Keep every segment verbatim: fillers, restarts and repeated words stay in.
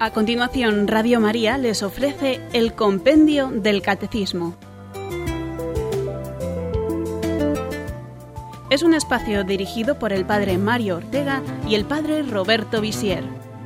A continuación, Radio María les ofrece el Compendio del Catecismo. Es un espacio dirigido por el Padre Mario Ortega y el Padre Roberto Visier.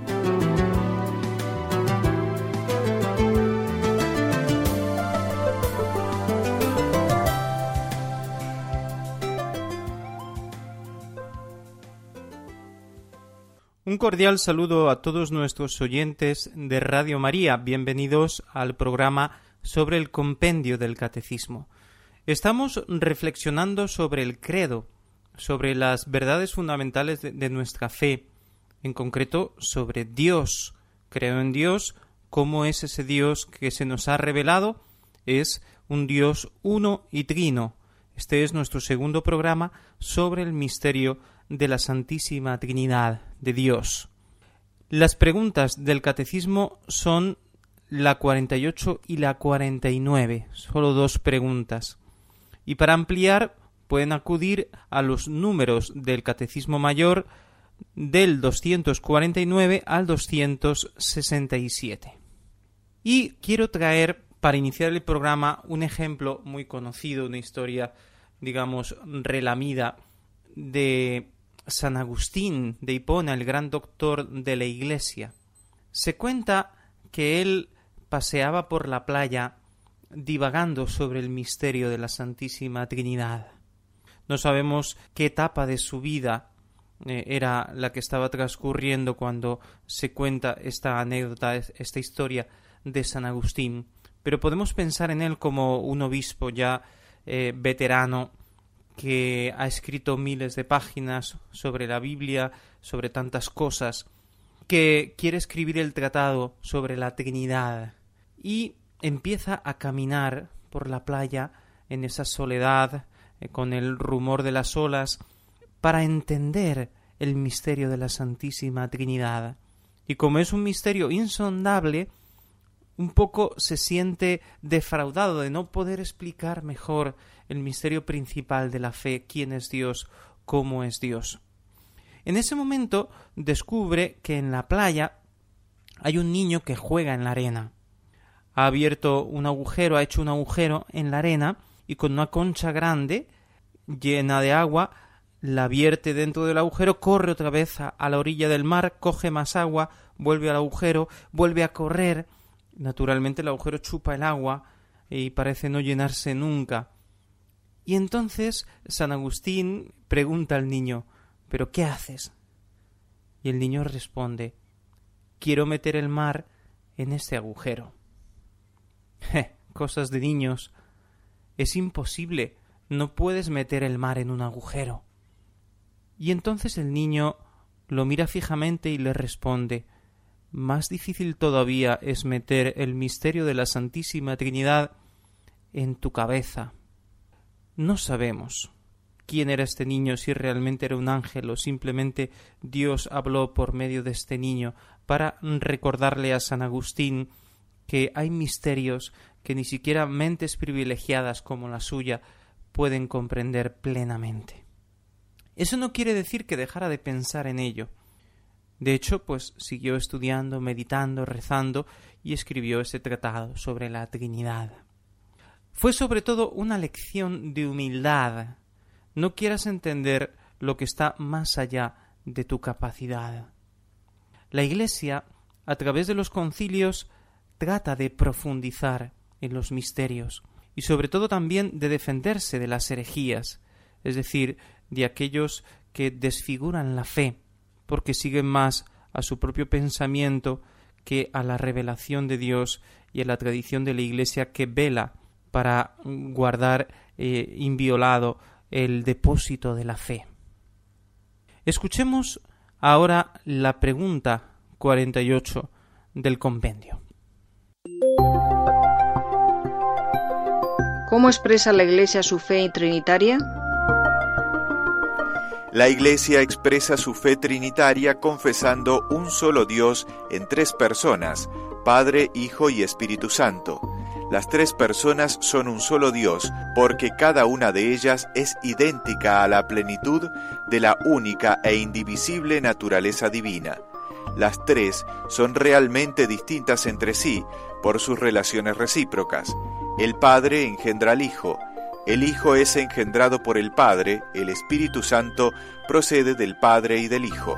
Un cordial saludo a todos nuestros oyentes de Radio María. Bienvenidos al programa sobre el Compendio del Catecismo. Estamos reflexionando sobre el credo, sobre las verdades fundamentales de, de nuestra fe, en concreto sobre Dios. Creo en Dios. ¿Cómo es ese Dios que se nos ha revelado? Es un Dios uno y trino. Este es nuestro segundo programa sobre el misterio de la Santísima Trinidad de Dios. Las preguntas del Catecismo son la cuarenta y ocho y la cuarenta y nueve, solo dos preguntas. Y para ampliar pueden acudir a los números del Catecismo Mayor del doscientos cuarenta y nueve al doscientos sesenta y siete. Y quiero traer, para iniciar el programa, un ejemplo muy conocido, una historia, digamos, relamida de San Agustín de Hipona, el gran doctor de la Iglesia. Se cuenta que él paseaba por la playa divagando sobre el misterio de la Santísima Trinidad. No sabemos qué etapa de su vida eh, era la que estaba transcurriendo cuando se cuenta esta anécdota, esta historia de San Agustín, pero podemos pensar en él como un obispo ya eh, veterano, que ha escrito miles de páginas sobre la Biblia, sobre tantas cosas, que quiere escribir el tratado sobre la Trinidad y empieza a caminar por la playa en esa soledad, eh, con el rumor de las olas, para entender el misterio de la Santísima Trinidad. Y como es un misterio insondable, un poco se siente defraudado de no poder explicar mejor el misterio principal de la fe, quién es Dios, cómo es Dios. En ese momento descubre que en la playa hay un niño que juega en la arena. Ha abierto un agujero, ha hecho un agujero en la arena y con una concha grande llena de agua la vierte dentro del agujero, corre otra vez a, a la orilla del mar, coge más agua, vuelve al agujero, vuelve a correr. Naturalmente el agujero chupa el agua y parece no llenarse nunca. Y entonces San Agustín pregunta al niño: ¿pero qué haces? Y el niño responde: quiero meter el mar en este agujero. Je, cosas de niños. Es imposible, no puedes meter el mar en un agujero. Y entonces el niño lo mira fijamente y le responde: más difícil todavía es meter el misterio de la Santísima Trinidad en tu cabeza. No sabemos quién era este niño, si realmente era un ángel o simplemente Dios habló por medio de este niño para recordarle a San Agustín que hay misterios que ni siquiera mentes privilegiadas como la suya pueden comprender plenamente. Eso no quiere decir que dejara de pensar en ello. De hecho, pues siguió estudiando, meditando, rezando y escribió ese tratado sobre la Trinidad. Fue sobre todo una lección de humildad. No quieras entender lo que está más allá de tu capacidad. La Iglesia, a través de los concilios, trata de profundizar en los misterios y sobre todo también de defenderse de las herejías, es decir, de aquellos que desfiguran la fe, porque siguen más a su propio pensamiento que a la revelación de Dios y a la tradición de la Iglesia, que vela para guardar eh, inviolado el depósito de la fe. Escuchemos ahora la pregunta cuarenta y ocho del compendio. ¿Cómo expresa la Iglesia su fe trinitaria? La Iglesia expresa su fe trinitaria confesando un solo Dios en tres personas, Padre, Hijo y Espíritu Santo. Las tres personas son un solo Dios, porque cada una de ellas es idéntica a la plenitud de la única e indivisible naturaleza divina. Las tres son realmente distintas entre sí por sus relaciones recíprocas. El Padre engendra al Hijo, el Hijo es engendrado por el Padre, el Espíritu Santo procede del Padre y del Hijo.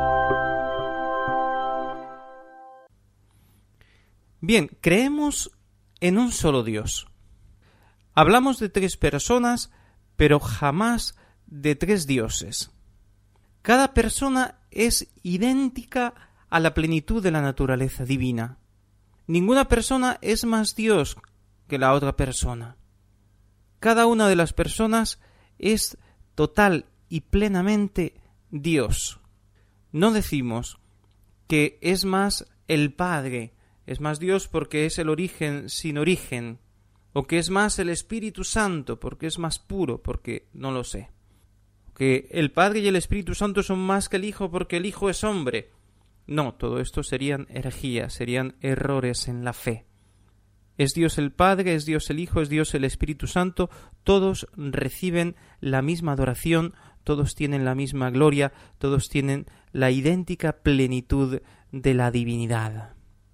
Bien, creemos en un solo Dios. Hablamos de tres personas, pero jamás de tres dioses. Cada persona es idéntica a la plenitud de la naturaleza divina. Ninguna persona es más Dios que la otra persona. Cada una de las personas es total y plenamente Dios. No decimos que es más el Padre, es más Dios porque es el origen sin origen, o que es más el Espíritu Santo porque es más puro, porque no lo sé. Que el Padre y el Espíritu Santo son más que el Hijo porque el Hijo es hombre. No, todo esto serían herejías, serían errores en la fe. Es Dios el Padre, es Dios el Hijo, es Dios el Espíritu Santo, todos reciben la misma adoración, todos tienen la misma gloria, todos tienen la idéntica plenitud de la divinidad.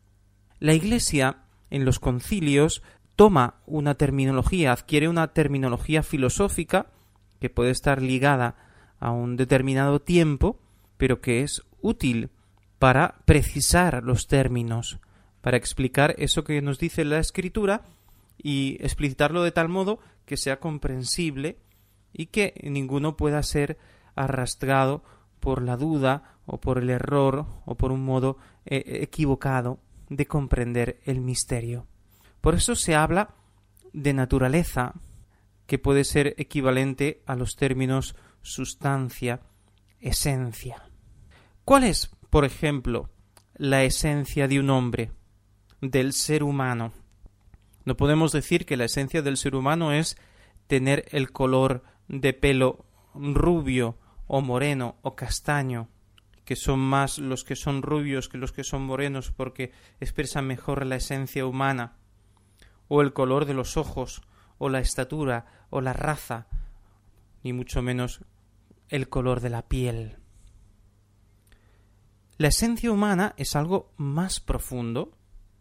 La Iglesia, en los concilios, toma una terminología, adquiere una terminología filosófica que puede estar ligada a un determinado tiempo, pero que es útil para precisar los términos, para explicar eso que nos dice la Escritura y explicitarlo de tal modo que sea comprensible y que ninguno pueda ser arrastrado por la duda o por el error o por un modo eh, equivocado de comprender el misterio. Por eso se habla de naturaleza, que puede ser equivalente a los términos sustancia, esencia. ¿Cuál es, por ejemplo, la esencia de un hombre, del ser humano? No podemos decir que la esencia del ser humano es tener el color de pelo rubio o moreno o castaño, que son más los que son rubios que los que son morenos porque expresan mejor la esencia humana, o el color de los ojos, o la estatura, o la raza, ni mucho menos el color de la piel. La esencia humana es algo más profundo.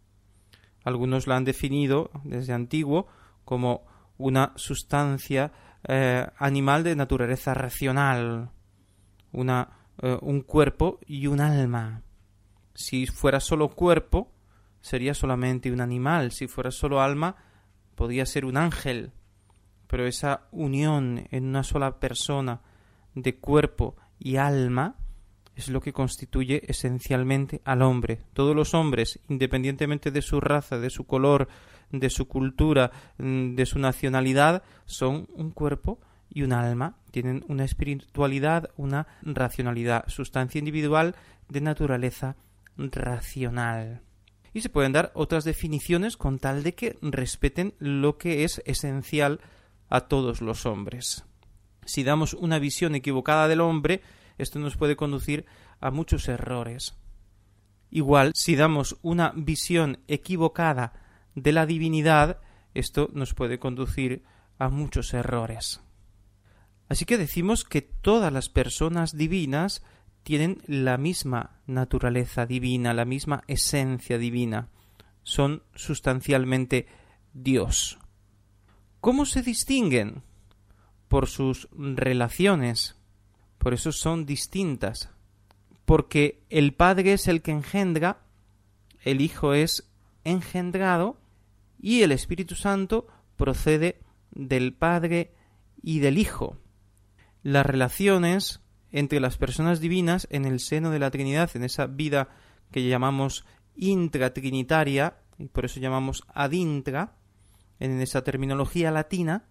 Algunos la han definido desde antiguo como una sustancia eh, animal de naturaleza racional, una, eh, un cuerpo y un alma. Si fuera solo cuerpo, sería solamente un animal. Si fuera solo alma, podría ser un ángel. Pero esa unión en una sola persona de cuerpo y alma es lo que constituye esencialmente al hombre. Todos los hombres, independientemente de su raza, de su color, de su cultura, de su nacionalidad, son un cuerpo y un alma. Tienen una espiritualidad, una racionalidad, sustancia individual de naturaleza racional. Y se pueden dar otras definiciones con tal de que respeten lo que es esencial a todos los hombres. Si damos una visión equivocada del hombre, esto nos puede conducir a muchos errores. Igual, si damos una visión equivocada de la divinidad, esto nos puede conducir a muchos errores. Así que decimos que todas las personas divinas tienen la misma naturaleza divina, la misma esencia divina. Son sustancialmente Dios. ¿Cómo se distinguen? Por sus relaciones. Por eso son distintas. Porque el Padre es el que engendra, el Hijo es engendrado y el Espíritu Santo procede del Padre y del Hijo. Las relaciones entre las personas divinas en el seno de la Trinidad, en esa vida que llamamos intratrinitaria, y por eso llamamos ad intra, en esa terminología latina,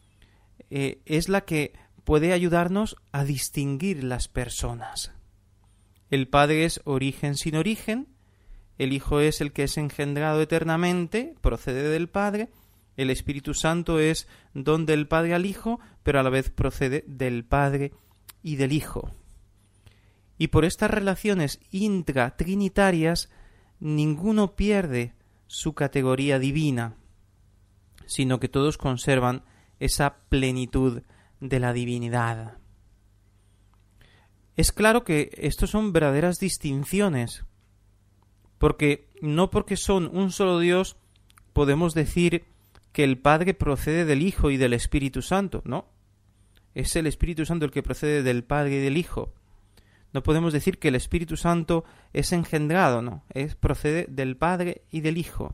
eh, es la que puede ayudarnos a distinguir las personas. El Padre es origen sin origen, el Hijo es el que es engendrado eternamente, procede del Padre, el Espíritu Santo es don del Padre al Hijo, pero a la vez procede del Padre y del Hijo. Y por estas relaciones intratrinitarias, ninguno pierde su categoría divina. sino que todos conservan esa plenitud de la divinidad. Es claro que estos son verdaderas distinciones, porque no porque son un solo Dios podemos decir que el Padre procede del Hijo y del Espíritu Santo, ¿no? Es el Espíritu Santo el que procede del Padre y del Hijo. No podemos decir que el Espíritu Santo es engendrado, no, es procede del Padre y del Hijo.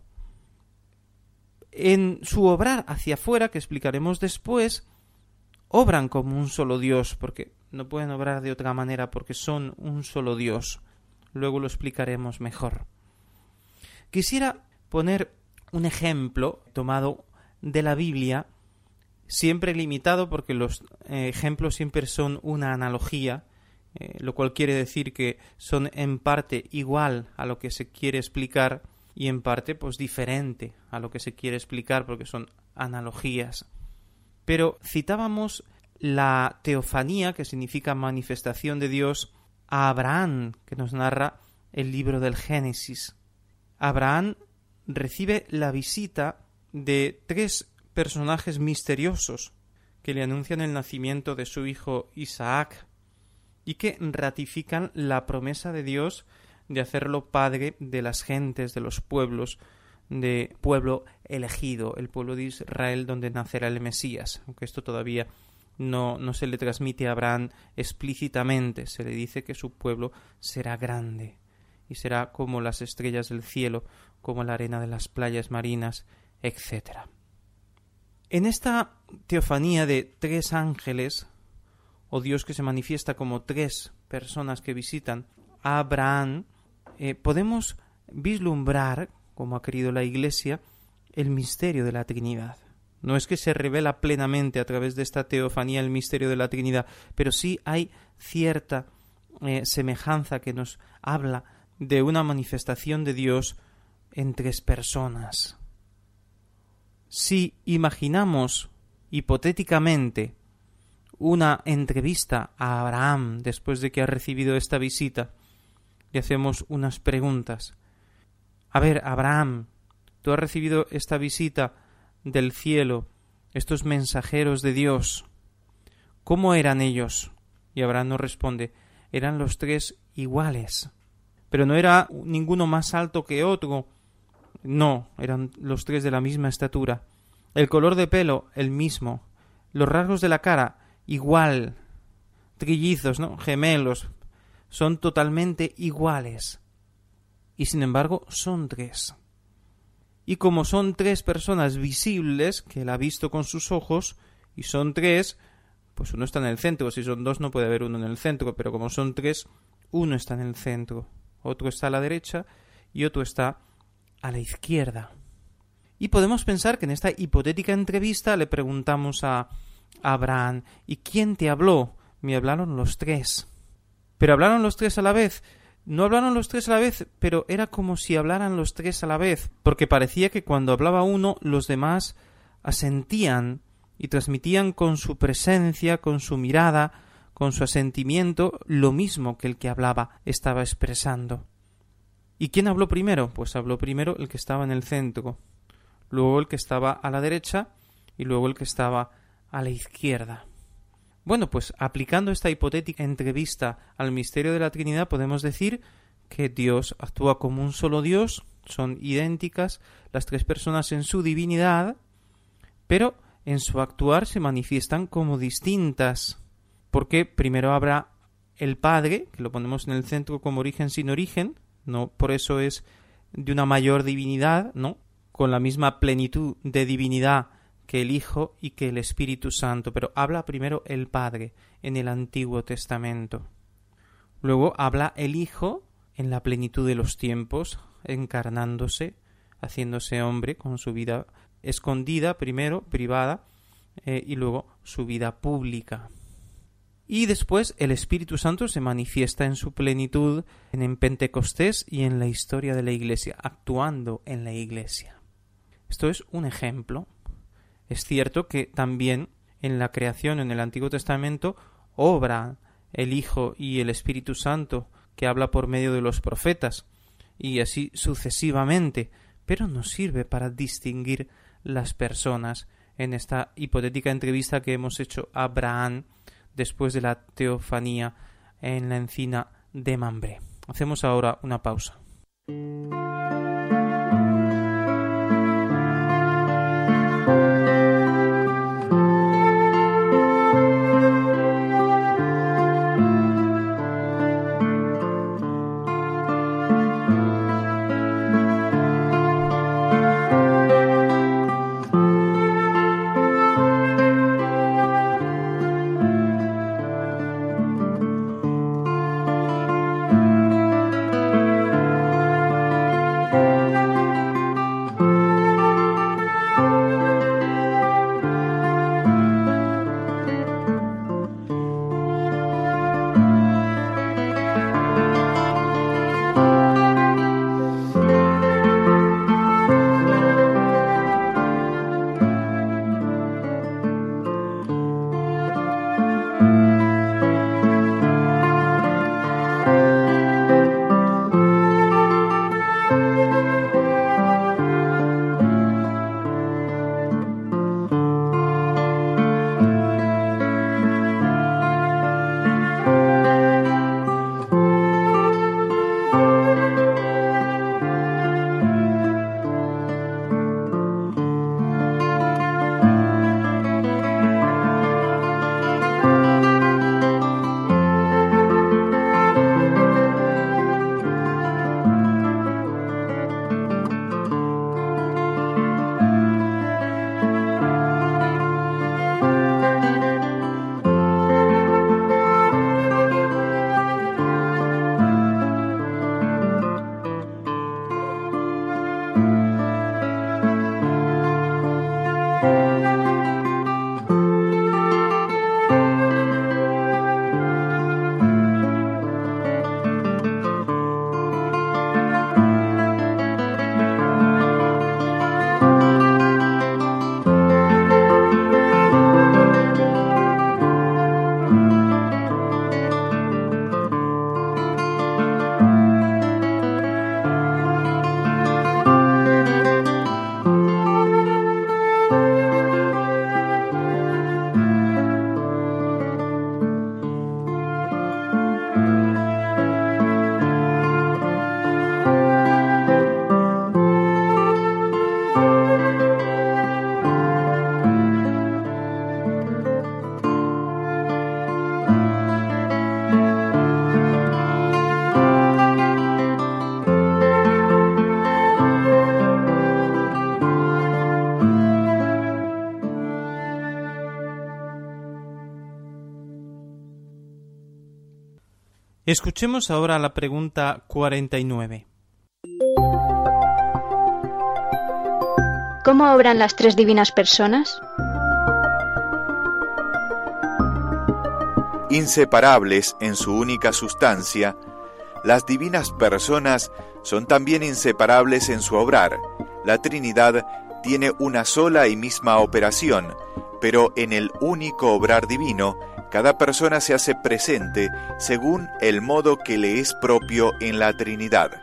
En su obrar hacia afuera, que explicaremos después, obran como un solo Dios, porque no pueden obrar de otra manera, porque son un solo Dios. Luego lo explicaremos mejor. Quisiera poner un ejemplo tomado de la Biblia, siempre limitado, porque los eh, ejemplos siempre son una analogía, eh, lo cual quiere decir que son en parte igual a lo que se quiere explicar y en parte pues diferente a lo que se quiere explicar, porque son analogías. Pero citábamos la teofanía, que significa manifestación de Dios, a Abraham, que nos narra el libro del Génesis. Abraham recibe la visita de tres personajes misteriosos que le anuncian el nacimiento de su hijo Isaac y que ratifican la promesa de Dios de hacerlo padre de las gentes, de los pueblos, de pueblo elegido, el pueblo de Israel donde nacerá el Mesías, aunque esto todavía no, no se le transmite a Abraham explícitamente, se le dice que su pueblo será grande y será como las estrellas del cielo, como la arena de las playas marinas, etcétera. En esta teofanía de tres ángeles, o Dios que se manifiesta como tres personas que visitan a Abraham, eh, podemos vislumbrar, como ha querido la Iglesia, el misterio de la Trinidad. No es que se revela plenamente a través de esta teofanía el misterio de la Trinidad, pero sí hay cierta eh, semejanza que nos habla de una manifestación de Dios en tres personas. Si imaginamos hipotéticamente una entrevista a Abraham después de que ha recibido esta visita, le hacemos unas preguntas. A ver, Abraham, tú has recibido esta visita del cielo, estos mensajeros de Dios. ¿Cómo eran ellos? Y Abraham nos responde, eran los tres iguales. Pero no era ninguno más alto que otro. No, eran los tres de la misma estatura. El color de pelo, el mismo. Los rasgos de la cara, igual. Trillizos, ¿no? Gemelos. Son totalmente iguales. Y sin embargo, son tres. Y como son tres personas visibles, que él ha visto con sus ojos, y son tres, pues uno está en el centro. Si son dos no puede haber uno en el centro, pero como son tres, uno está en el centro. Otro está a la derecha y otro está a la izquierda. Y podemos pensar que en esta hipotética entrevista le preguntamos a Abraham, ¿y quién te habló? Me hablaron los tres. ¿Pero hablaron los tres a la vez? No hablaron los tres a la vez, pero era como si hablaran los tres a la vez, porque parecía que cuando hablaba uno, los demás asentían y transmitían con su presencia, con su mirada, con su asentimiento, lo mismo que el que hablaba estaba expresando. ¿Y quién habló primero? Pues habló primero el que estaba en el centro, luego el que estaba a la derecha y luego el que estaba a la izquierda. Bueno, pues aplicando esta hipotética entrevista al misterio de la Trinidad podemos decir que Dios actúa como un solo Dios, son idénticas las tres personas en su divinidad, pero en su actuar se manifiestan como distintas, porque primero habrá el Padre, que lo ponemos en el centro como origen sin origen, no por eso es de una mayor divinidad, no, con la misma plenitud de divinidad que el Hijo y que el Espíritu Santo, pero habla primero el Padre en el Antiguo Testamento. Luego habla el Hijo en la plenitud de los tiempos, encarnándose, haciéndose hombre con su vida escondida, primero privada, eh, y luego su vida pública. Y después el Espíritu Santo se manifiesta en su plenitud en, en Pentecostés y en la historia de la Iglesia, actuando en la Iglesia. Esto es un ejemplo. Es cierto que también en la creación en el Antiguo Testamento obra el Hijo y el Espíritu Santo que habla por medio de los profetas y así sucesivamente, pero nos sirve para distinguir las personas en esta hipotética entrevista que hemos hecho a Abraham después de la teofanía en la encina de Mambré. Hacemos ahora una pausa. Escuchemos ahora la pregunta cuarenta y nueve. ¿Cómo obran las tres divinas personas? Inseparables en su única sustancia, las divinas personas son también inseparables en su obrar. La Trinidad tiene una sola y misma operación, pero en el único obrar divino, cada persona se hace presente según el modo que le es propio en la Trinidad.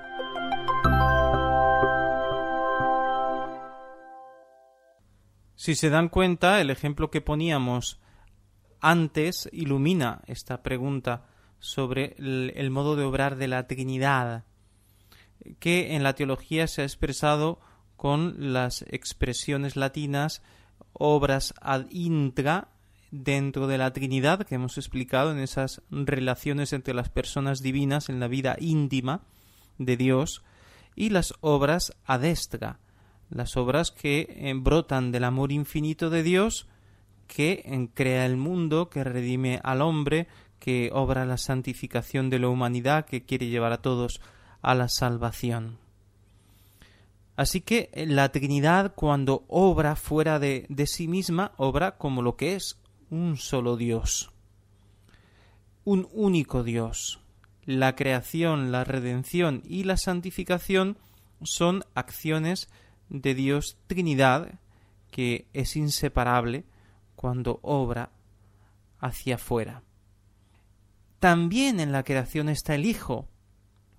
Si se dan cuenta, el ejemplo que poníamos antes ilumina esta pregunta sobre el, el modo de obrar de la Trinidad, que en la teología se ha expresado con las expresiones latinas obras ad intra, dentro de la Trinidad, que hemos explicado en esas relaciones entre las personas divinas en la vida íntima de Dios, y las obras ad extra, las obras que brotan del amor infinito de Dios, que crea el mundo, que redime al hombre, que obra la santificación de la humanidad, que quiere llevar a todos a la salvación. Así que la Trinidad, cuando obra fuera de, de sí misma, obra como lo que es un solo Dios, un único Dios. La creación, la redención y la santificación son acciones de Dios Trinidad, que es inseparable cuando obra hacia afuera. También en la creación está el Hijo,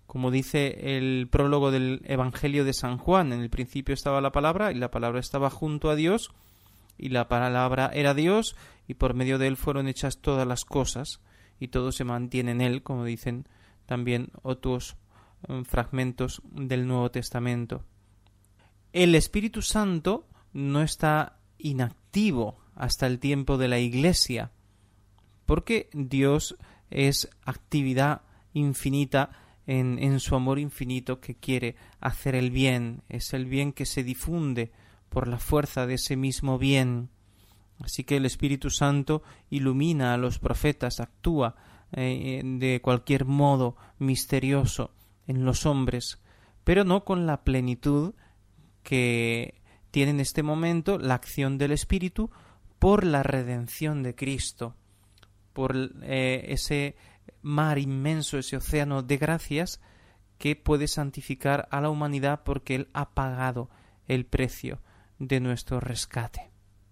Como dice el prólogo del Evangelio de San Juan, en el principio estaba la palabra y la palabra estaba junto a Dios y la palabra era Dios y por medio de él fueron hechas todas las cosas y todo se mantiene en él, como dicen también otros um, fragmentos del Nuevo Testamento. El Espíritu Santo no está inactivo hasta el tiempo de la Iglesia, porque Dios es actividad infinita en, en su amor infinito que quiere hacer el bien, es el bien que se difunde por la fuerza de ese mismo bien. Así que el Espíritu Santo ilumina a los profetas, actúa eh, de cualquier modo misterioso en los hombres, pero no con la plenitud que tiene en este momento la acción del Espíritu por la redención de Cristo, por eh, ese mar inmenso, ese océano de gracias que puede santificar a la humanidad porque Él ha pagado el precio de nuestro rescate.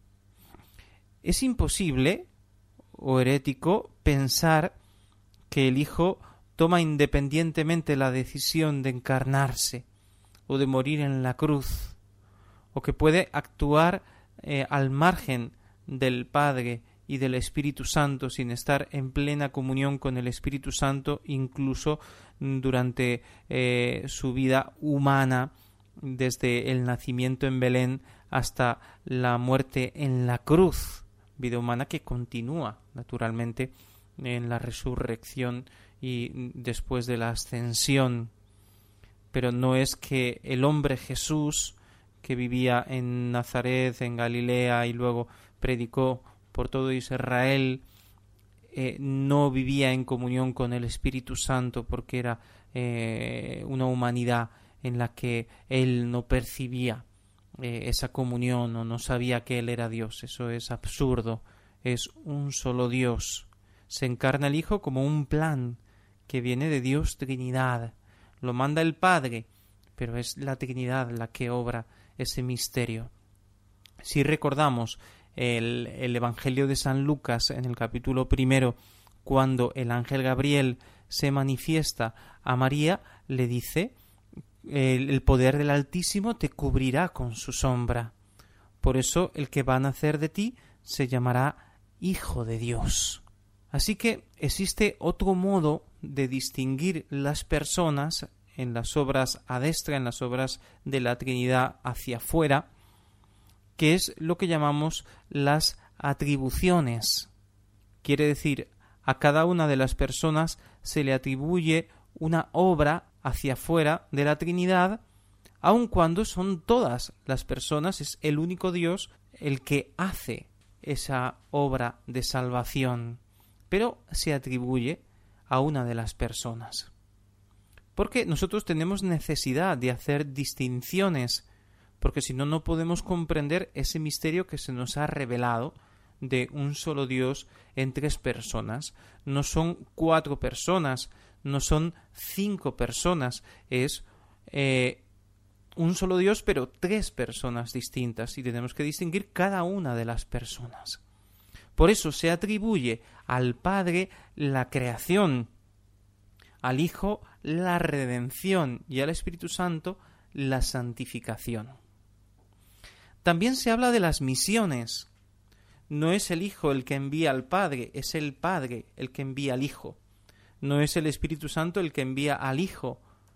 Es imposible o herético pensar que el Hijo toma independientemente la decisión de encarnarse o de morir en la cruz, o que puede actuar eh, al margen del Padre y del Espíritu Santo sin estar en plena comunión con el Espíritu Santo, incluso durante eh, su vida humana, desde el nacimiento en Belén hasta la muerte en la cruz, vida humana que continúa naturalmente en la resurrección y después de la ascensión. Pero no es que el hombre Jesús, que vivía en Nazaret, en Galilea, y luego predicó por todo Israel, eh, no vivía en comunión con el Espíritu Santo porque era eh, una humanidad en la que él no percibía eh, esa comunión o no sabía que él era Dios. Eso es absurdo. Es un solo Dios. Se encarna el Hijo como un plan que viene de Dios Trinidad. Lo manda el Padre, pero es la Trinidad la que obra ese misterio. Si recordamos el, el Evangelio de San Lucas en el capítulo primero, cuando el ángel Gabriel se manifiesta a María, le dice: el, el poder del Altísimo te cubrirá con su sombra. Por eso el que va a nacer de ti se llamará Hijo de Dios. Así que existe otro modo de distinguir las personas en las obras ad extra, en las obras de la Trinidad hacia afuera, que es lo que llamamos las atribuciones. Quiere decir, a cada una de las personas se le atribuye una obra hacia afuera de la Trinidad, aun cuando son todas las personas, es el único Dios el que hace esa obra de salvación, pero se atribuye a una de las personas. Porque nosotros tenemos necesidad de hacer distinciones, porque si no, no podemos comprender ese misterio que se nos ha revelado de un solo Dios en tres personas. No son cuatro personas, no son cinco personas, es eh, un solo Dios, pero tres personas distintas, y tenemos que distinguir cada una de las personas. Por eso se atribuye al Padre la creación, al Hijo la redención y al Espíritu Santo la santificación. También se habla de las misiones. No es el Hijo el que envía al Padre, es el Padre el que envía al Hijo. No es el Espíritu Santo el que envía al Hijo.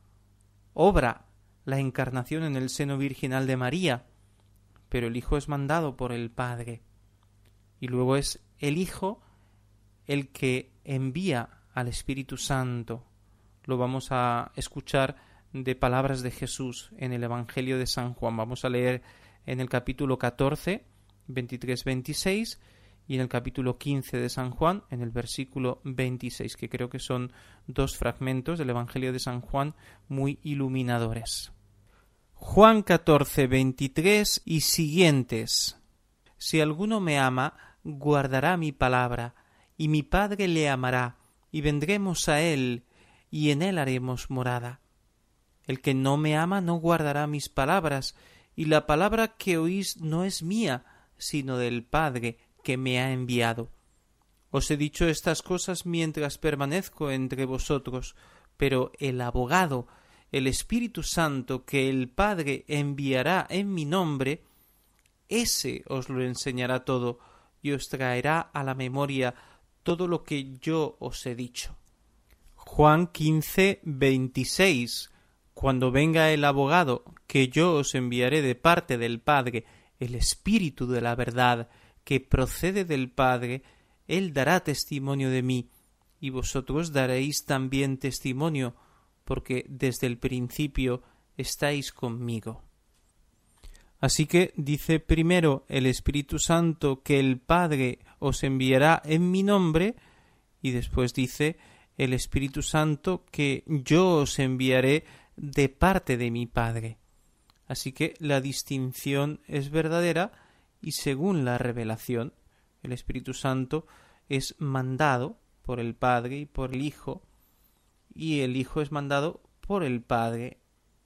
Obra la encarnación en el seno virginal de María, pero el Hijo es mandado por el Padre. Y luego es el Hijo el que envía al Espíritu Santo. Lo vamos a escuchar de palabras de Jesús en el Evangelio de San Juan. Vamos a leer en el capítulo catorce, veintitrés veintiséis, y en el capítulo quince de San Juan, en el versículo veintiséis, que creo que son dos fragmentos del Evangelio de San Juan muy iluminadores. Juan catorce, veintitrés y siguientes. Si alguno me ama, guardará mi palabra, y mi Padre le amará, y vendremos a él, y en él haremos morada. El que no me ama no guardará mis palabras, y la palabra que oís no es mía, sino del Padre que me ha enviado. Os he dicho estas cosas mientras permanezco entre vosotros, pero el abogado, el Espíritu Santo que el Padre enviará en mi nombre, ese os lo enseñará todo y os traerá a la memoria todo lo que yo os he dicho. Juan quince, veintiséis. Cuando venga el abogado que yo os enviaré de parte del Padre, el Espíritu de la verdad que procede del Padre, él dará testimonio de mí, y vosotros daréis también testimonio, porque desde el principio estáis conmigo. Así que dice primero el Espíritu Santo que el Padre os enviará en mi nombre, y después dice el Espíritu Santo que yo os enviaré de parte de mi Padre. Así que la distinción es verdadera y según la revelación, el Espíritu Santo es mandado por el Padre y por el Hijo, y el Hijo es mandado por el Padre.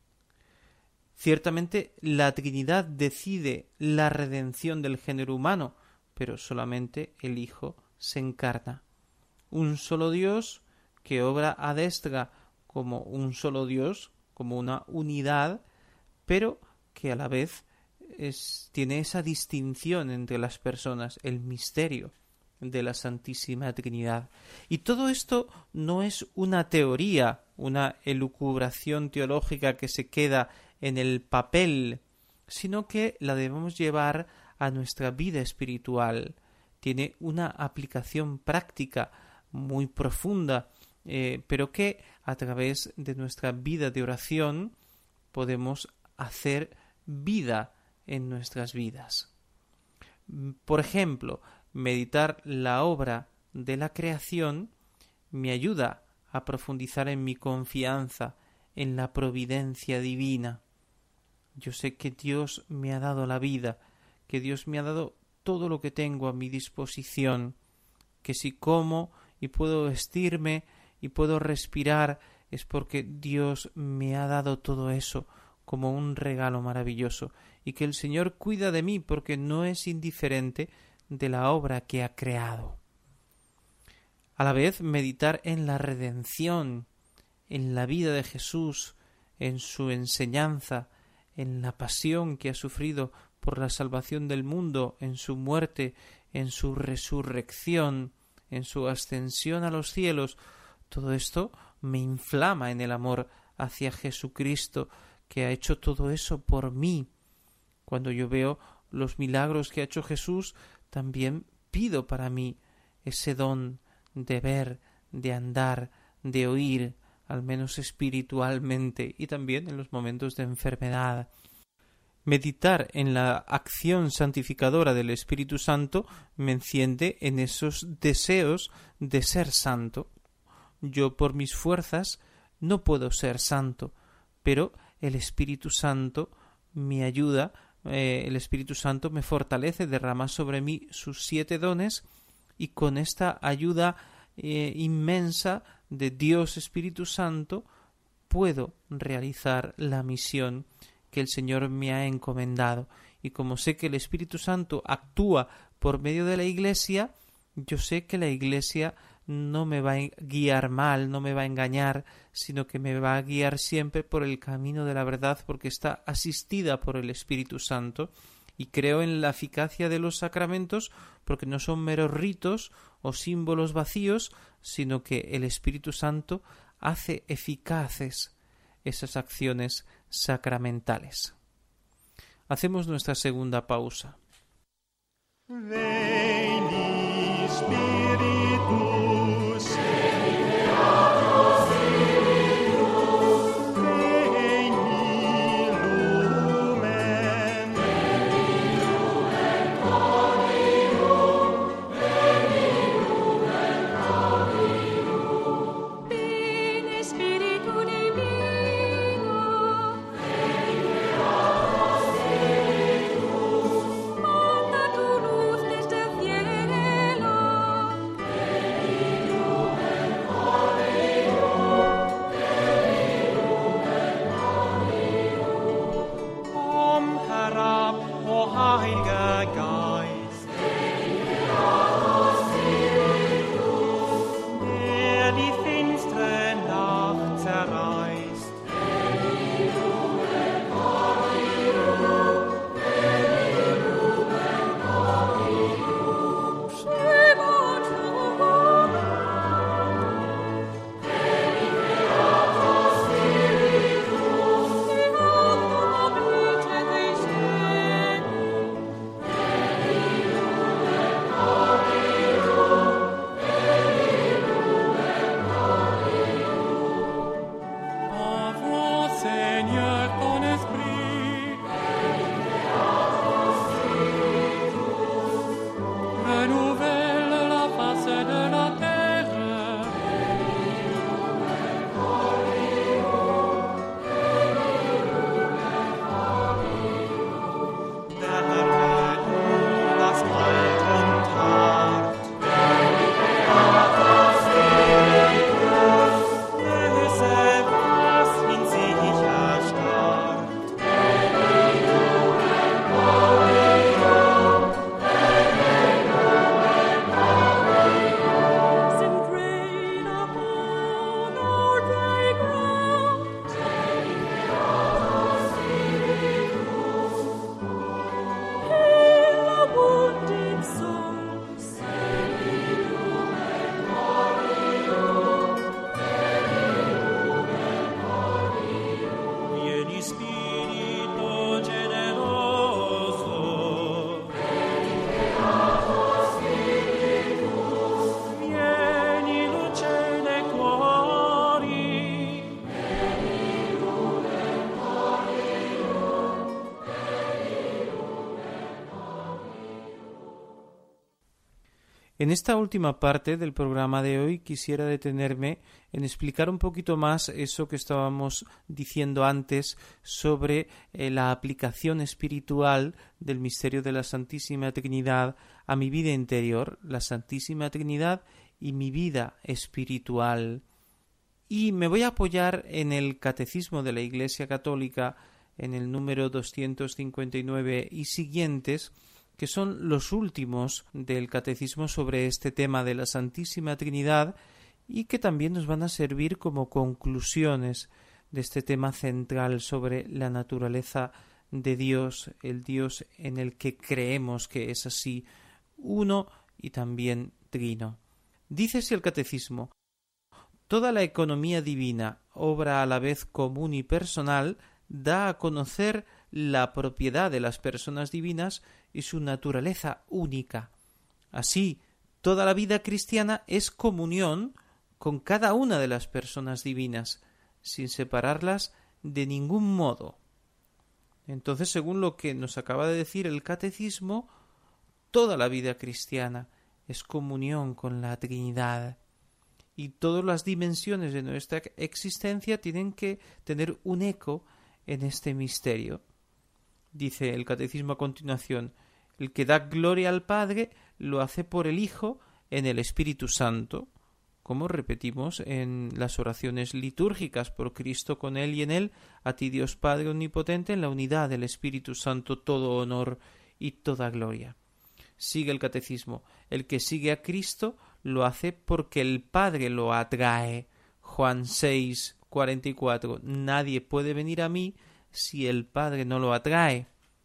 Ciertamente la Trinidad decide la redención del género humano, pero solamente el Hijo se encarna. Un solo Dios que obra a destra como un solo Dios, como una unidad, pero que a la vez es, tiene esa distinción entre las personas, el misterio de la Santísima Trinidad. Y todo esto no es una teoría, una elucubración teológica que se queda en el papel, sino que la debemos llevar a nuestra vida espiritual. Tiene una aplicación práctica muy profunda, eh, pero que a través de nuestra vida de oración podemos hacer vida en nuestras vidas. Por ejemplo, meditar la obra de la creación me ayuda a profundizar en mi confianza en la providencia divina. Yo sé que Dios me ha dado la vida, que Dios me ha dado todo lo que tengo a mi disposición, que si como y puedo vestirme y puedo respirar es porque Dios me ha dado todo eso como un regalo maravilloso, y que el Señor cuida de mí porque no es indiferente de la obra que ha creado. A la vez, meditar en la redención, en la vida de Jesús, en su enseñanza, en la pasión que ha sufrido por la salvación del mundo, en su muerte, en su resurrección, en su ascensión a los cielos, todo esto me inflama en el amor hacia Jesucristo, que ha hecho todo eso por mí. Cuando yo veo los milagros que ha hecho Jesús, también pido para mí ese don de ver, de andar, de oír, al menos espiritualmente, y también en los momentos de enfermedad. Meditar en la acción santificadora del Espíritu Santo me enciende en esos deseos de ser santo. Yo por mis fuerzas no puedo ser santo, pero el Espíritu Santo me ayuda, eh, el Espíritu Santo me fortalece, derrama sobre mí sus siete dones, y con esta ayuda eh, inmensa de Dios Espíritu Santo puedo realizar la misión que el Señor me ha encomendado. Y como sé que el Espíritu Santo actúa por medio de la Iglesia, yo sé que la Iglesia no me va a guiar mal, no me va a engañar, sino que me va a guiar siempre por el camino de la verdad, porque está asistida por el Espíritu Santo. Y creo en la eficacia de los sacramentos porque no son meros ritos o símbolos vacíos, sino que el Espíritu Santo hace eficaces esas acciones sacramentales. Hacemos nuestra segunda pausa. Veni, Spiritus, Manda tu luz desde el cielo. En esta última parte del programa de hoy quisiera detenerme en explicar un poquito más eso que estábamos diciendo antes sobre eh, la aplicación espiritual del misterio de la Santísima Trinidad a mi vida interior, la Santísima Trinidad y mi vida espiritual. Y me voy a apoyar en el Catecismo de la Iglesia Católica, en el número doscientos cincuenta y nueve y siguientes, que son los últimos del Catecismo sobre este tema de la Santísima Trinidad y que también nos van a servir como conclusiones de este tema central sobre la naturaleza de Dios, el Dios en el que creemos que es así, uno y también trino. Dice así el Catecismo: toda la economía divina, obra a la vez común y personal, da a conocer la propiedad de las personas divinas y su naturaleza única. Así, toda la vida cristiana es comunión con cada una de las personas divinas, sin separarlas de ningún modo. Entonces, según lo que nos acaba de decir el Catecismo, toda la vida cristiana es comunión con la Trinidad. Y todas las dimensiones de nuestra existencia tienen que tener un eco en este misterio. Dice el Catecismo a continuación: el que da gloria al Padre lo hace por el Hijo en el Espíritu Santo, como repetimos en las oraciones litúrgicas: por Cristo, con Él y en Él, a ti Dios Padre omnipotente, en la unidad del Espíritu Santo, todo honor y toda gloria. Sigue el Catecismo: el que sigue a Cristo lo hace porque el Padre lo atrae. Juan seis, cuarenta y cuatro. Nadie puede venir a mí si el Padre no lo atrae.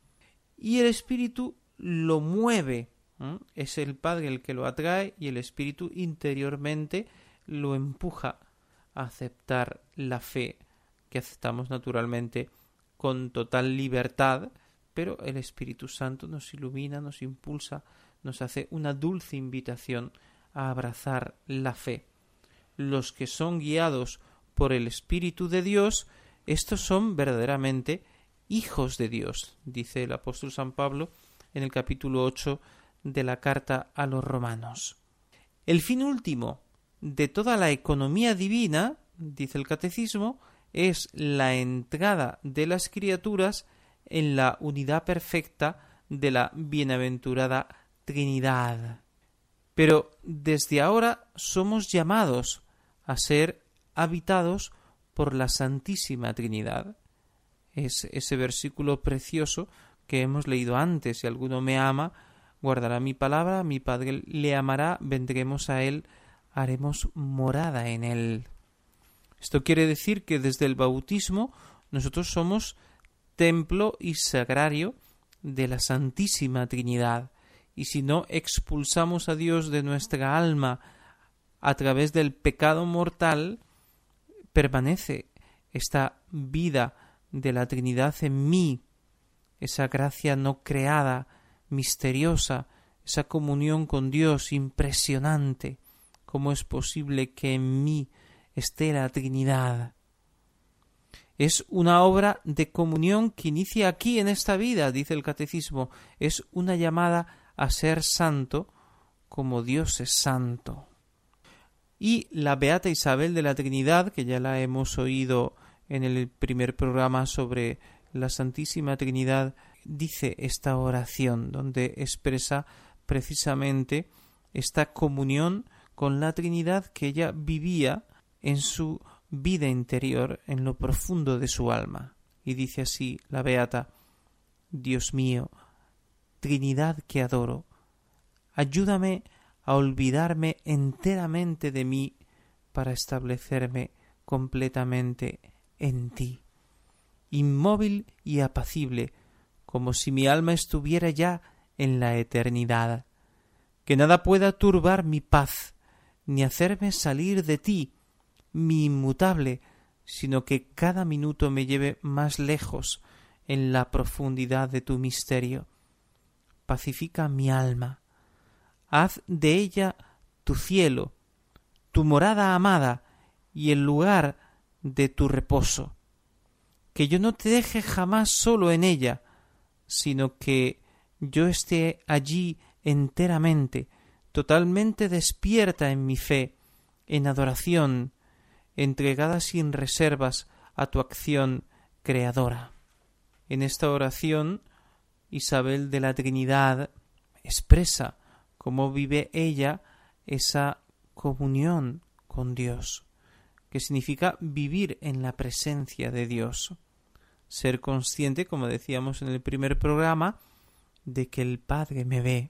Y el Espíritu lo mueve. ¿Mm? Es el Padre el que lo atrae y el Espíritu interiormente lo empuja a aceptar la fe, que aceptamos naturalmente con total libertad, pero el Espíritu Santo nos ilumina, nos impulsa, nos hace una dulce invitación a abrazar la fe. Los que son guiados por el Espíritu de Dios, estos son verdaderamente hijos de Dios, dice el apóstol San Pablo en el capítulo ocho de la carta a los Romanos. El fin último de toda la economía divina, dice el Catecismo, es la entrada de las criaturas en la unidad perfecta de la bienaventurada Trinidad. Pero desde ahora somos llamados a ser habitados por la Santísima Trinidad. Es ese versículo precioso que hemos leído antes: si alguno me ama, guardará mi palabra, mi Padre le amará, vendremos a él, haremos morada en él. Esto quiere decir que desde el bautismo nosotros somos templo y sagrario de la Santísima Trinidad, y si no expulsamos a Dios de nuestra alma a través del pecado mortal, permanece esta vida de la Trinidad en mí, esa gracia no creada, misteriosa, esa comunión con Dios impresionante. ¿Cómo es posible que en mí esté la Trinidad? Es una obra de comunión que inicia aquí en esta vida, dice el Catecismo. Es una llamada a ser santo como Dios es santo. Y la Beata Isabel de la Trinidad, que ya la hemos oído en el primer programa sobre la Santísima Trinidad, dice esta oración donde expresa precisamente esta comunión con la Trinidad que ella vivía en su vida interior, en lo profundo de su alma. Y dice así la Beata: Dios mío, Trinidad que adoro, ayúdame a olvidarme enteramente de mí para establecerme completamente en ti, inmóvil y apacible, como si mi alma estuviera ya en la eternidad. Que nada pueda turbar mi paz, ni hacerme salir de ti, mi inmutable, sino que cada minuto me lleve más lejos en la profundidad de tu misterio. Pacifica mi alma. Haz de ella tu cielo, tu morada amada y el lugar de tu reposo. Que yo no te deje jamás solo en ella, sino que yo esté allí enteramente, totalmente despierta en mi fe, en adoración, entregada sin reservas a tu acción creadora. En esta oración, Isabel de la Trinidad expresa cómo vive ella esa comunión con Dios, que significa vivir en la presencia de Dios, ser consciente, como decíamos en el primer programa, de que el Padre me ve,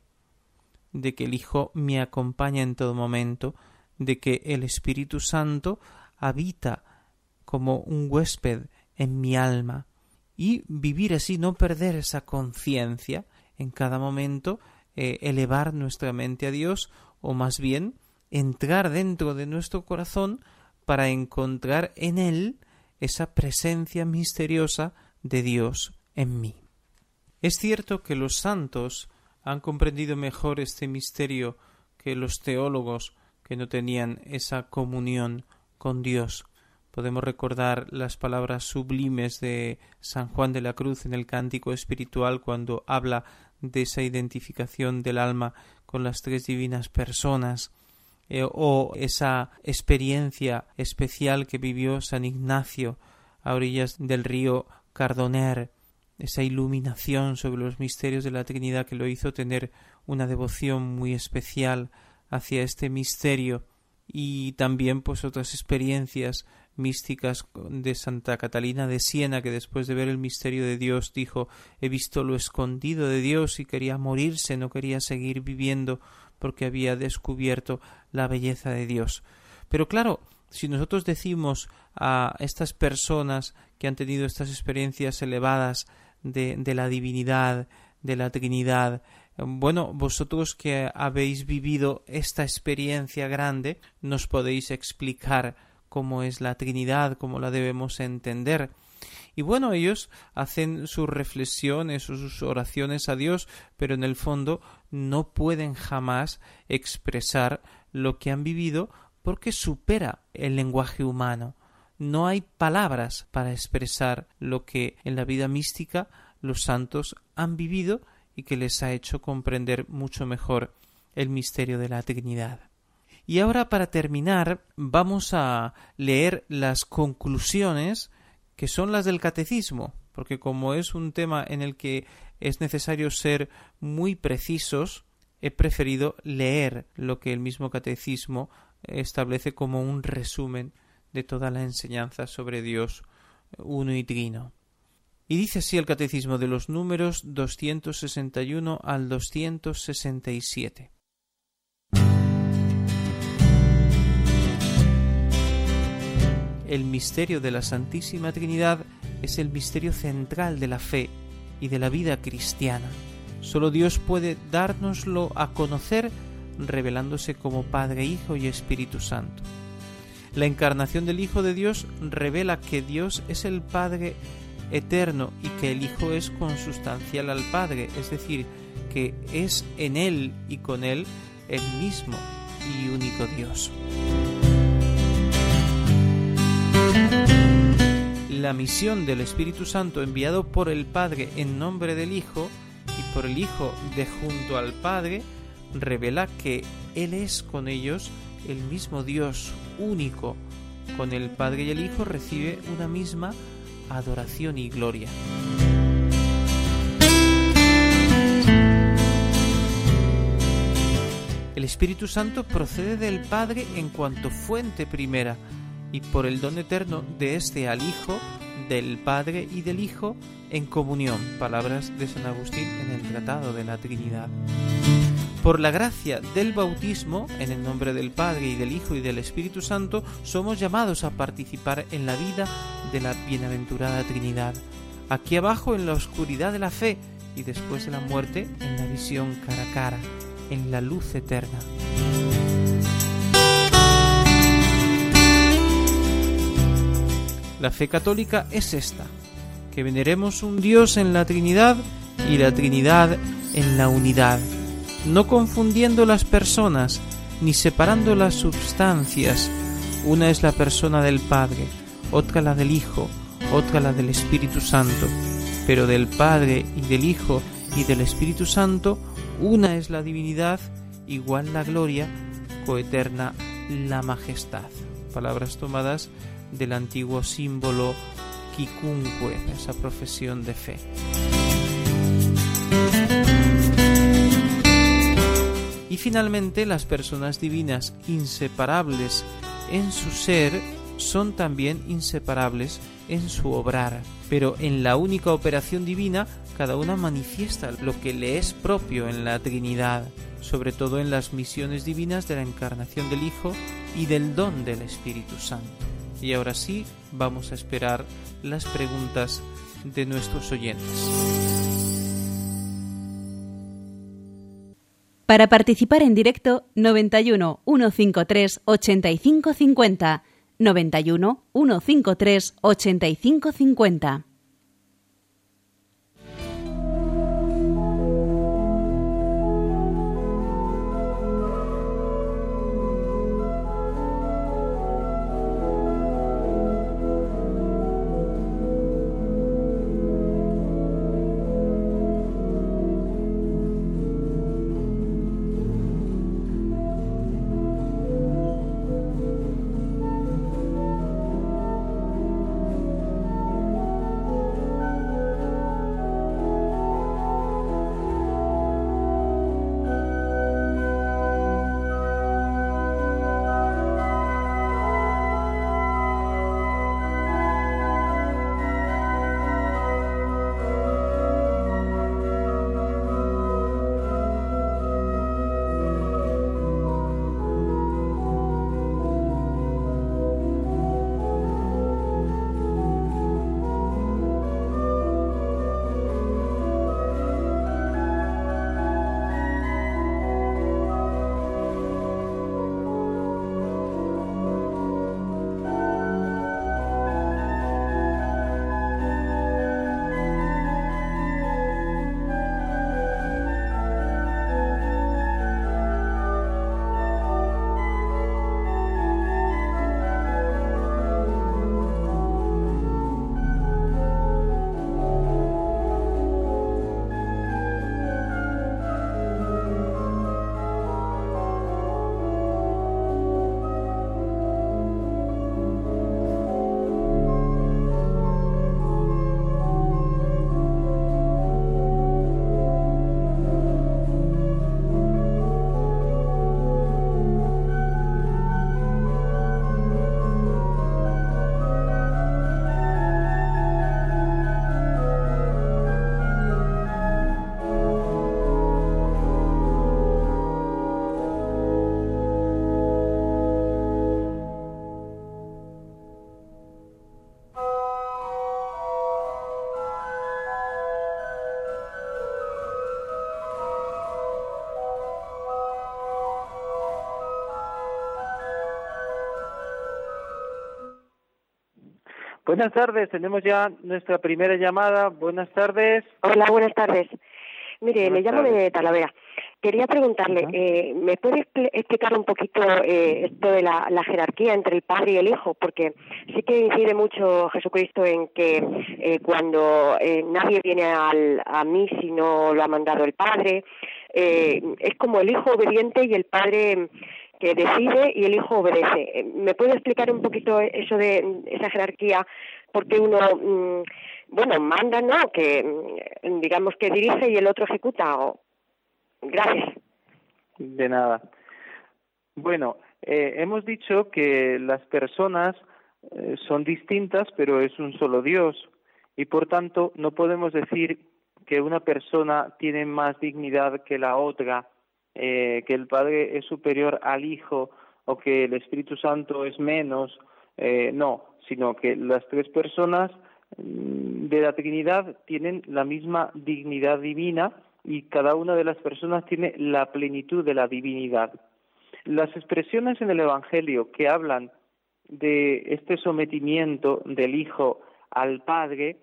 de que el Hijo me acompaña en todo momento, de que el Espíritu Santo habita como un huésped en mi alma, y vivir así, no perder esa conciencia en cada momento, eh, elevar nuestra mente a Dios, o más bien entrar dentro de nuestro corazón para encontrar en él esa presencia misteriosa de Dios en mí. Es cierto que los santos han comprendido mejor este misterio que los teólogos que no tenían esa comunión con Dios. Podemos recordar las palabras sublimes de San Juan de la Cruz en el Cántico Espiritual cuando habla de esa identificación del alma con las tres divinas personas, eh, o esa experiencia especial que vivió San Ignacio a orillas del río Cardoner, esa iluminación sobre los misterios de la Trinidad que lo hizo tener una devoción muy especial hacia este misterio, y también pues otras experiencias místicas de Santa Catalina de Siena, que después de ver el misterio de Dios dijo: he visto lo escondido de Dios, y quería morirse, no quería seguir viviendo porque había descubierto la belleza de Dios. Pero claro, si nosotros decimos a estas personas que han tenido estas experiencias elevadas de, de la divinidad, de la Trinidad, bueno, vosotros que habéis vivido esta experiencia grande, nos podéis explicar cómo es la Trinidad, cómo la debemos entender. Y bueno, ellos hacen sus reflexiones o sus oraciones a Dios, pero en el fondo no pueden jamás expresar lo que han vivido porque supera el lenguaje humano. No hay palabras para expresar lo que en la vida mística los santos han vivido y que les ha hecho comprender mucho mejor el misterio de la Trinidad. Y ahora, para terminar, vamos a leer las conclusiones que son las del catecismo, porque como es un tema en el que es necesario ser muy precisos, he preferido leer lo que el mismo catecismo establece como un resumen de toda la enseñanza sobre Dios uno y trino. Y dice así el catecismo de los números doscientos sesenta y uno al doscientos sesenta y siete. El misterio de la Santísima Trinidad es el misterio central de la fe y de la vida cristiana. Solo Dios puede dárnoslo a conocer revelándose como Padre, Hijo y Espíritu Santo. La encarnación del Hijo de Dios revela que Dios es el Padre eterno y que el Hijo es consustancial al Padre, es decir, que es en Él y con Él el mismo y único Dios. La misión del Espíritu Santo enviado por el Padre en nombre del Hijo y por el Hijo de junto al Padre revela que Él es con ellos el mismo Dios único. Con el Padre y el Hijo recibe una misma adoración y gloria. El Espíritu Santo procede del Padre en cuanto fuente primera, y por el don eterno de éste al Hijo, del Padre y del Hijo en comunión. Palabras de San Agustín en el Tratado de la Trinidad. Por la gracia del bautismo, en el nombre del Padre y del Hijo y del Espíritu Santo, somos llamados a participar en la vida de la bienaventurada Trinidad. Aquí abajo en la oscuridad de la fe y después de la muerte en la visión cara a cara, en la luz eterna. La fe católica es esta, que veneremos un Dios en la Trinidad y la Trinidad en la unidad, no confundiendo las personas ni separando las substancias. Una es la persona del Padre, otra la del Hijo, otra la del Espíritu Santo, pero del Padre y del Hijo y del Espíritu Santo una es la divinidad igual la gloria, coeterna la majestad. Palabras tomadas del antiguo símbolo quicunque, esa profesión de fe. Y finalmente, las personas divinas inseparables en su ser son también inseparables en su obrar, pero en la única operación divina cada una manifiesta lo que le es propio en la Trinidad, sobre todo en las misiones divinas de la encarnación del Hijo y del don del Espíritu Santo. Y ahora sí, vamos a esperar las preguntas de nuestros oyentes. Para participar en directo, noventa y uno, ciento cincuenta y tres, ochenta y cinco cincuenta, noventa y uno, ciento cincuenta y tres, ochenta y cinco cincuenta. Buenas tardes, tenemos ya nuestra primera llamada. Buenas tardes. Hola, buenas tardes. Mire, Buenas le llamo tardes. de Talavera. Quería preguntarle, Ajá. eh, ¿me puede expl- explicar un poquito eh, esto de la, la jerarquía entre el Padre y el Hijo? Porque sí que incide mucho Jesucristo en que eh, cuando eh, nadie viene al, a mí si no lo ha mandado el Padre, eh, es como el Hijo obediente y el Padre que decide y el Hijo obedece. ¿Me puede explicar un poquito eso de esa jerarquía? Porque uno, mmm, bueno, manda, ¿no? Que mm, digamos que dirige y el otro ejecuta. O... Gracias. De nada. Bueno, eh, hemos dicho que las personas eh, son distintas, pero es un solo Dios. Y por tanto, no podemos decir que una persona tiene más dignidad que la otra, eh, que el Padre es superior al Hijo o que el Espíritu Santo es menos. Eh, no, sino que las tres personas mm, de la Trinidad tienen la misma dignidad divina y cada una de las personas tiene la plenitud de la divinidad. Las expresiones en el Evangelio que hablan de este sometimiento del Hijo al Padre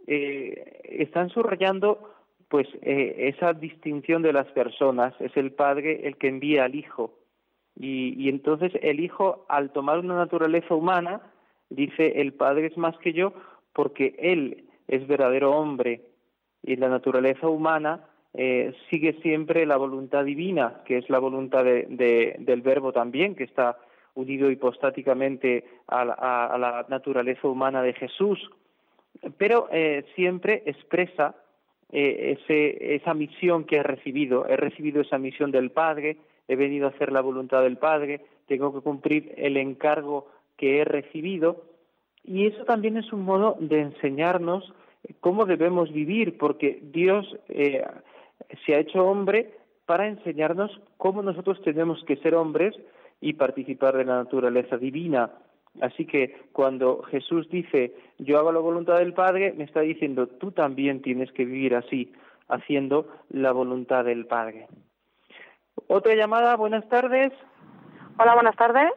eh, están subrayando pues eh, esa distinción de las personas. Es el Padre el que envía al Hijo y, y entonces el Hijo, al tomar una naturaleza humana, dice: el Padre es más que yo porque Él es verdadero hombre, y la naturaleza humana eh, sigue siempre la voluntad divina, que es la voluntad de, de, del Verbo también, que está unido hipostáticamente a la, a, a la naturaleza humana de Jesús, pero eh, siempre expresa eh, ese, esa misión que he recibido. He recibido esa misión del Padre, he venido a hacer la voluntad del Padre, tengo que cumplir el encargo que he recibido, y eso también es un modo de enseñarnos cómo debemos vivir, porque Dios eh, se ha hecho hombre para enseñarnos cómo nosotros tenemos que ser hombres y participar de la naturaleza divina. Así que cuando Jesús dice, yo hago la voluntad del Padre, me está diciendo, tú también tienes que vivir así, haciendo la voluntad del Padre. Otra llamada, buenas tardes. Hola, buenas tardes.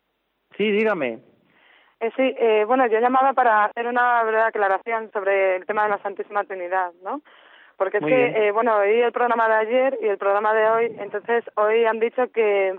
Sí, dígame. Eh, sí, eh, bueno, yo llamaba para hacer una breve aclaración sobre el tema de la Santísima Trinidad, ¿no? Porque es Muy que, bien. eh, bueno, oí el programa de ayer y el programa de hoy, entonces hoy han dicho que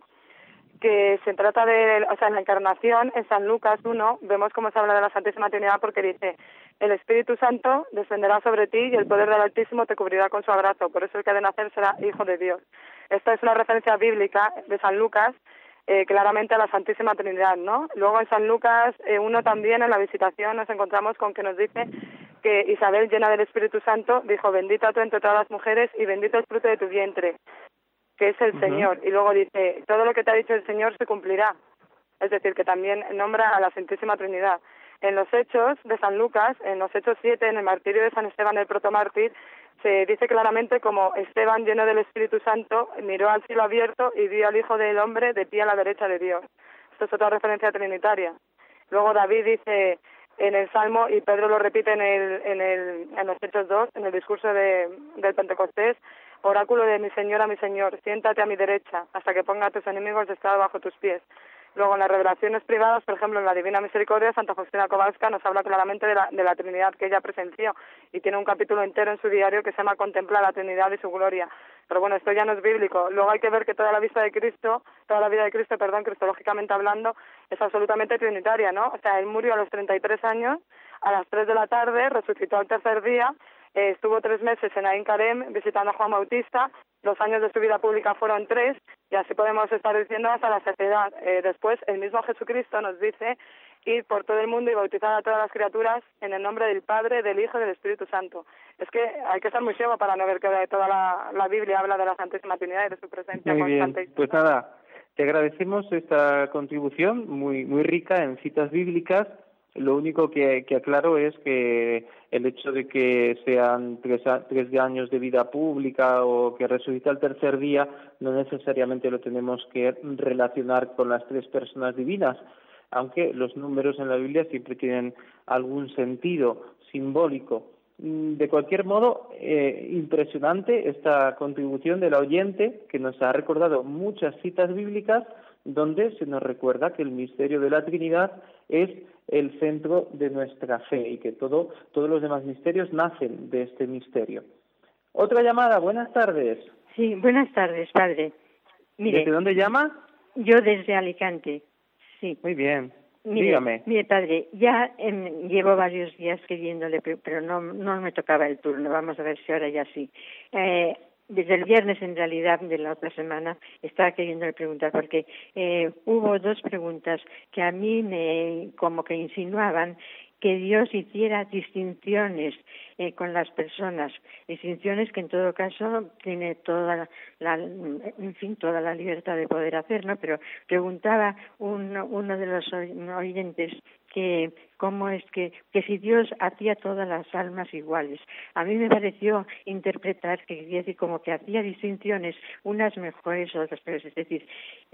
que se trata de, o sea, en la Encarnación, en San Lucas uno, vemos cómo se habla de la Santísima Trinidad porque dice, el Espíritu Santo descenderá sobre ti y el poder del Altísimo te cubrirá con su abrazo, por eso el que ha de nacer será hijo de Dios. Esta es una referencia bíblica de San Lucas, eh, claramente a la Santísima Trinidad, ¿no? Luego en San Lucas eh, uno también, en la visitación, nos encontramos con que nos dice que Isabel, llena del Espíritu Santo, dijo, bendita tú entre todas las mujeres y bendito el fruto de tu vientre, que es el uh-huh. Señor. Y luego dice, todo lo que te ha dicho el Señor se cumplirá. Es decir, que también nombra a la Santísima Trinidad. En los Hechos de San Lucas, en los Hechos siete, en el martirio de San Esteban el protomártir, se dice claramente como Esteban, lleno del Espíritu Santo, miró al cielo abierto y vio al Hijo del Hombre de pie a la derecha de Dios. Esto es otra referencia trinitaria. Luego David dice en el Salmo, y Pedro lo repite en el en el en los Hechos dos, en el discurso de, del Pentecostés, oráculo de mi Señor a mi Señor, siéntate a mi derecha, hasta que ponga a tus enemigos estrado bajo tus pies. Luego, en las revelaciones privadas, por ejemplo, en la Divina Misericordia, Santa Faustina Kowalska nos habla claramente de la, de la Trinidad que ella presenció y tiene un capítulo entero en su diario que se llama Contempla la Trinidad y su gloria. Pero bueno, esto ya no es bíblico. Luego hay que ver que toda la vida de Cristo, toda la vida de Cristo, perdón, cristológicamente hablando, es absolutamente trinitaria, ¿no? O sea, él murió a los treinta y tres años, a las tres de la tarde, resucitó al tercer día, eh, estuvo tres meses en Ain Karem visitando a Juan Bautista. Los años de su vida pública fueron tres, y así podemos estar diciendo hasta la saciedad. Eh, después, el mismo Jesucristo nos dice ir por todo el mundo y bautizar a todas las criaturas en el nombre del Padre, del Hijo y del Espíritu Santo. Es que hay que estar muy ciego para no ver que toda la, la Biblia habla de la Santísima Trinidad y de su presencia muy constante. Bien. Pues nada, te agradecemos esta contribución muy muy rica en citas bíblicas. Lo único que, que aclaro es que el hecho de que sean tres, tres años de vida pública o que resucita el tercer día no necesariamente lo tenemos que relacionar con las tres personas divinas, aunque los números en la Biblia siempre tienen algún sentido simbólico. De cualquier modo, eh, impresionante esta contribución de la oyente que nos ha recordado muchas citas bíblicas donde se nos recuerda que el misterio de la Trinidad es el centro de nuestra fe y que todo, todos los demás misterios nacen de este misterio. Otra llamada, buenas tardes. Sí, buenas tardes, padre. Mire, ¿desde dónde llama? Yo desde Alicante, sí. Muy bien, mire, dígame. Mire, padre, ya eh, llevo varios días queriéndole, pero no, no me tocaba el turno, vamos a ver si ahora ya sí. Eh, Desde el viernes, en realidad, de la otra semana, estaba queriéndole preguntar, porque eh, hubo dos preguntas que a mí me como que insinuaban que Dios hiciera distinciones eh, con las personas, distinciones que en todo caso tiene toda la, en fin, toda la libertad de poder hacer, ¿no? Pero preguntaba uno, uno de los oyentes que cómo es que, que si Dios hacía todas las almas iguales. A mí me pareció interpretar que quería decir como que hacía distinciones, unas mejores, otras peores, es decir,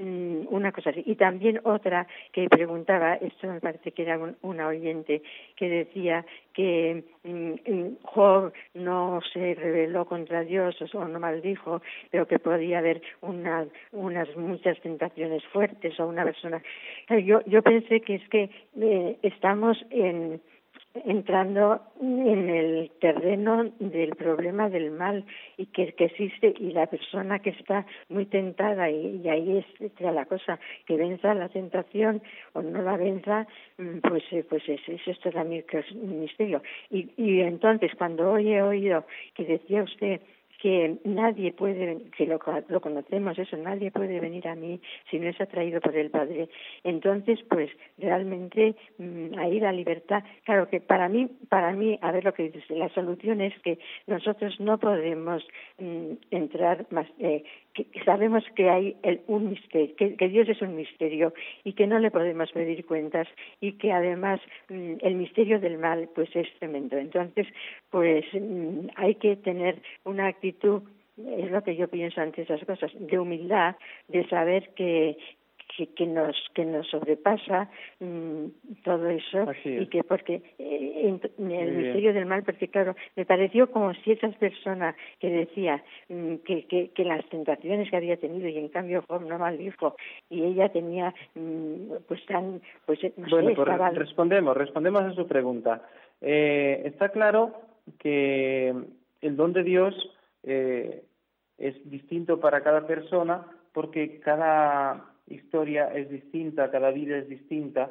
una cosa así. Y también otra que preguntaba, esto me parece que era un, una oyente, que decía que mm, Job no se rebeló contra Dios o no maldijo, pero que podía haber una, unas muchas tentaciones fuertes o una persona. Yo, yo pensé que es que eh, estamos en, entrando en el terreno del problema del mal y que, que existe, y la persona que está muy tentada y, y ahí está la cosa, que venza la tentación o no la venza, pues pues es, es esto también que es un misterio. Y, y entonces cuando hoy he oído que decía usted que nadie puede, que lo, lo conocemos eso, nadie puede venir a mí si no es atraído por el Padre. Entonces, pues realmente mmm, ahí la libertad, claro que para mí, para mí, a ver lo que dices, la solución es que nosotros no podemos mmm, entrar más, eh, que sabemos que hay el, un misterio, que, que Dios es un misterio y que no le podemos pedir cuentas y que además mmm, el misterio del mal pues es tremendo. Entonces, pues mmm, hay que tener una actitud, es lo que yo pienso ante esas cosas, de humildad, de saber que que, que nos que nos sobrepasa mmm, todo eso y que porque eh, en, en el Muy misterio bien. del mal, porque claro, me pareció como si esas personas que decía mmm, que, que, que las tentaciones que había tenido y en cambio Job no maldijo y ella tenía mmm, pues tan pues no bueno, sé, pues estaba... respondemos, respondemos a su pregunta. Eh, está claro que el don de Dios eh, es distinto para cada persona porque cada historia es distinta, cada vida es distinta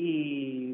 y,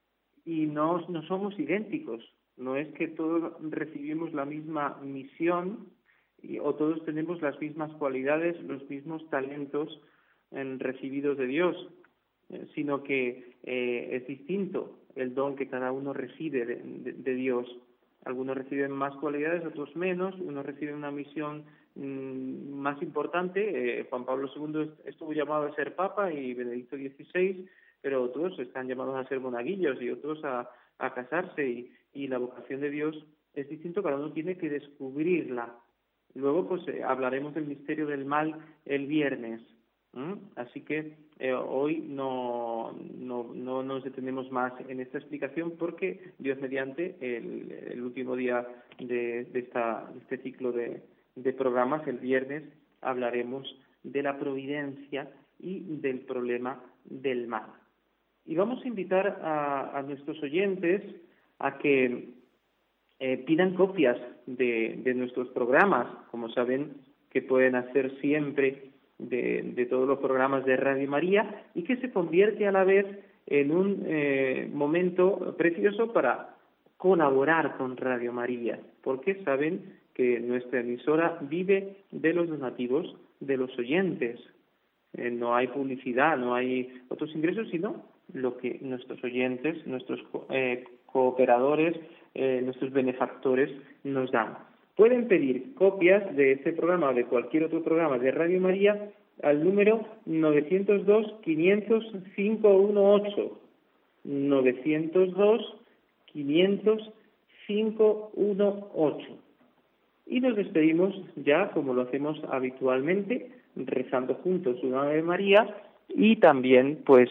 y no, no somos idénticos. No es que todos recibimos la misma misión y, o todos tenemos las mismas cualidades, los mismos talentos en, recibidos de Dios, eh, sino que eh, es distinto el don que cada uno recibe de, de, de Dios. Algunos reciben más cualidades, otros menos, unos reciben una misión mmm, más importante. Eh, Juan Pablo segundo estuvo llamado a ser Papa y Benedicto dieciséis, pero otros están llamados a ser monaguillos y otros a, a casarse y, y la vocación de Dios es distinto, cada uno tiene que descubrirla. Luego pues eh, hablaremos del misterio del mal el viernes. ¿Mm? Así que eh, hoy no, no, no nos detenemos más en esta explicación porque Dios mediante el, el último día de, de, esta, de este ciclo de, de programas, el viernes, hablaremos de la providencia y del problema del mal. Y vamos a invitar a, a nuestros oyentes a que eh, pidan copias de, de nuestros programas, como saben que pueden hacer siempre De, de todos los programas de Radio María y que se convierte a la vez en un eh, momento precioso para colaborar con Radio María, porque saben que nuestra emisora vive de los donativos de los oyentes. Eh, no hay publicidad, no hay otros ingresos, sino lo que nuestros oyentes, nuestros eh, cooperadores, eh, nuestros benefactores nos dan. Pueden pedir copias de este programa o de cualquier otro programa de Radio María al número novecientos dos, quinientos, quinientos dieciocho. novecientos dos, quinientos, quinientos dieciocho. Y nos despedimos ya, como lo hacemos habitualmente, rezando juntos una Ave María y también, pues,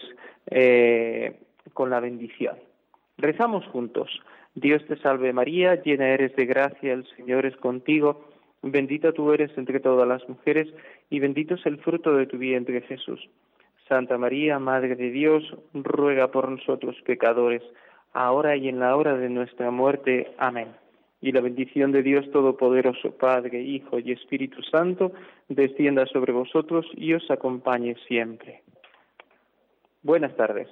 eh, con la bendición. Rezamos juntos. Dios te salve María, llena eres de gracia, el Señor es contigo, bendita tú eres entre todas las mujeres y bendito es el fruto de tu vientre Jesús. Santa María, Madre de Dios, ruega por nosotros pecadores, ahora y en la hora de nuestra muerte. Amén. Y la bendición de Dios Todopoderoso, Padre, Hijo y Espíritu Santo, descienda sobre vosotros y os acompañe siempre. Buenas tardes.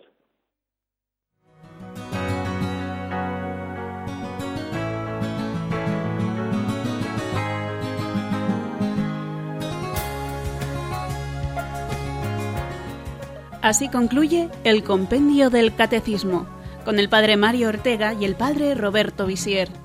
Así concluye el Compendio del Catecismo, con el Padre Mario Ortega y el Padre Roberto Visier.